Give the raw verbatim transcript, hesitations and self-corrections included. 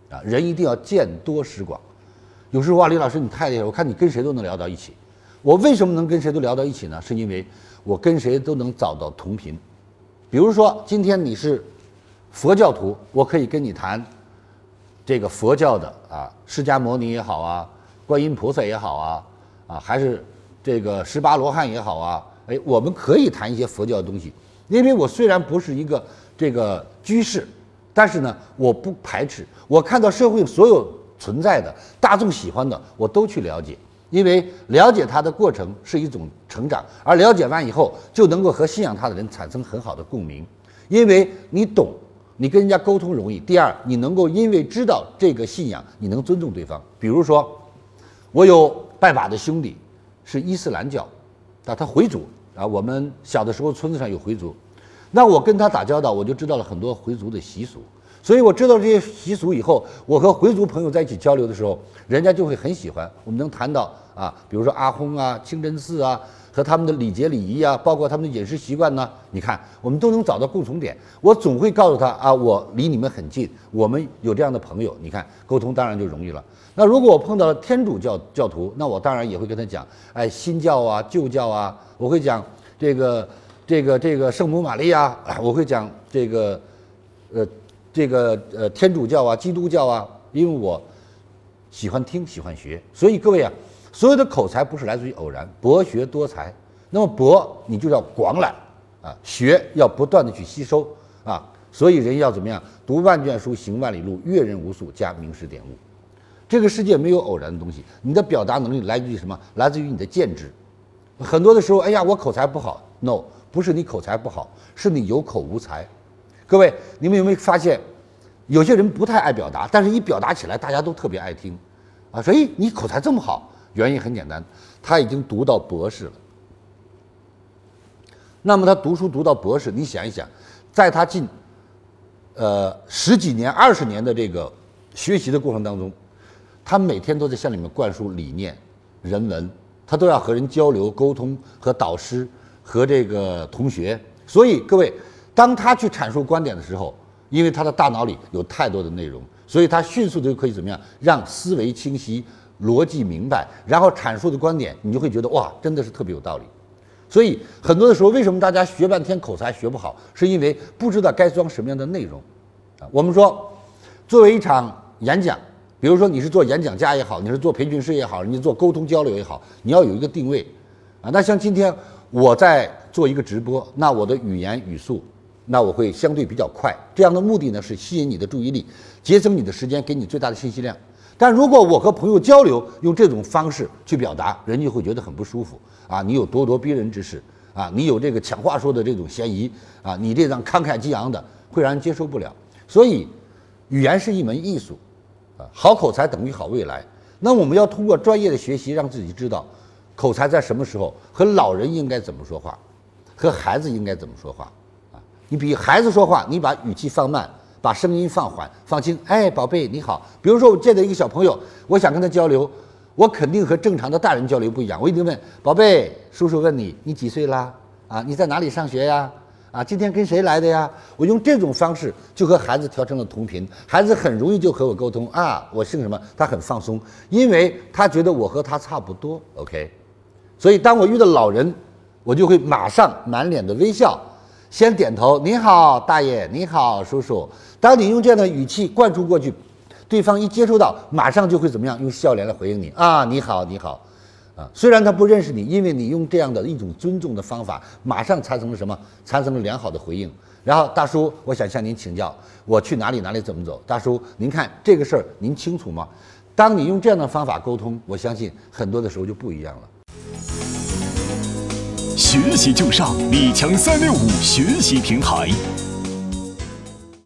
啊，人一定要见多识广。有时候哇，李老师你太厉害，我看你跟谁都能聊到一起。我为什么能跟谁都聊到一起呢？是因为我跟谁都能找到同频。比如说今天你是佛教徒，我可以跟你谈这个佛教的啊，释迦牟尼也好啊，观音菩萨也好啊，啊还是这个十八罗汉也好啊，哎，我们可以谈一些佛教的东西。因为我虽然不是一个这个居士，但是呢，我不排斥。我看到社会所有存在的大众喜欢的，我都去了解。因为了解它的过程是一种成长，而了解完以后，就能够和信仰它的人产生很好的共鸣。因为你懂，你跟人家沟通容易。第二，你能够因为知道这个信仰，你能尊重对方。比如说，我有拜把的兄弟是伊斯兰教，啊，他回族啊，我们小的时候村子上有回族，那我跟他打交道，我就知道了很多回族的习俗。所以我知道这些习俗以后，我和回族朋友在一起交流的时候，人家就会很喜欢。我们能谈到啊，比如说阿訇啊、清真寺啊，和他们的礼节礼仪啊，包括他们的饮食习惯呢，你看我们都能找到共同点。我总会告诉他啊，我离你们很近，我们有这样的朋友，你看沟通当然就容易了。那如果我碰到了天主教教徒，那我当然也会跟他讲，哎，新教啊、旧教啊，我会讲这个这个这个圣母玛利亚，我会讲这个呃。这个呃天主教啊、基督教啊，因为我喜欢听、喜欢学，所以各位啊，所有的口才不是来自于偶然，博学多才。那么博，你就要广览啊，学要不断的去吸收啊，所以人要怎么样？读万卷书，行万里路，阅人无数，加名师典物。这个世界没有偶然的东西，你的表达能力来自于什么？来自于你的见知。很多的时候，哎呀，我口才不好 ，no， 不是你口才不好，是你有口无才。各位，你们有没有发现，有些人不太爱表达，但是一表达起来，大家都特别爱听，啊，所以你口才这么好，原因很简单，他已经读到博士了。那么他读书读到博士，你想一想，在他近呃十几年、二十年的这个学习的过程当中，他每天都在向你们灌输理念、人文，他都要和人交流、沟通，和导师、和这个同学。所以各位。当他去阐述观点的时候，因为他的大脑里有太多的内容，所以他迅速就可以怎么样让思维清晰、逻辑明白，然后阐述的观点你就会觉得哇，真的是特别有道理。所以很多的时候，为什么大家学半天口才学不好，是因为不知道该装什么样的内容啊。我们说，作为一场演讲，比如说你是做演讲家也好，你是做培训师也好，你做沟通交流也好，你要有一个定位啊。那像今天我在做一个直播，那我的语言语速。那我会相对比较快，这样的目的呢是吸引你的注意力，节省你的时间，给你最大的信息量。但如果我和朋友交流，用这种方式去表达，人家就会觉得很不舒服啊！你有咄咄逼人之势啊，你有这个抢话说的这种嫌疑啊，你这样慷慨激昂的，会让人接受不了。所以，语言是一门艺术啊，好口才等于好未来。那我们要通过专业的学习，让自己知道口才在什么时候，和老人应该怎么说话，和孩子应该怎么说话。你比孩子说话，你把语气放慢，把声音放缓、放轻。哎，宝贝，你好。比如说，我见到一个小朋友，我想跟他交流，我肯定和正常的大人交流不一样。我一定问宝贝，叔叔问你，你几岁啦？啊，你在哪里上学呀？啊，今天跟谁来的呀？我用这种方式就和孩子调成了同频，孩子很容易就和我沟通啊。我姓什么？他很放松，因为他觉得我和他差不多。OK， 所以当我遇到老人，我就会马上满脸的微笑。先点头，你好，大爷，你好，叔叔。当你用这样的语气灌输过去，对方一接收到，马上就会怎么样？用笑脸来回应你啊，你好，你好，啊，虽然他不认识你，因为你用这样的一种尊重的方法，马上产生了什么？产生了良好的回应。然后大叔，我想向您请教，我去哪里哪里怎么走？大叔，您看这个事儿您清楚吗？当你用这样的方法沟通，我相信很多的时候就不一样了。 学习就上李强三六五学习平台。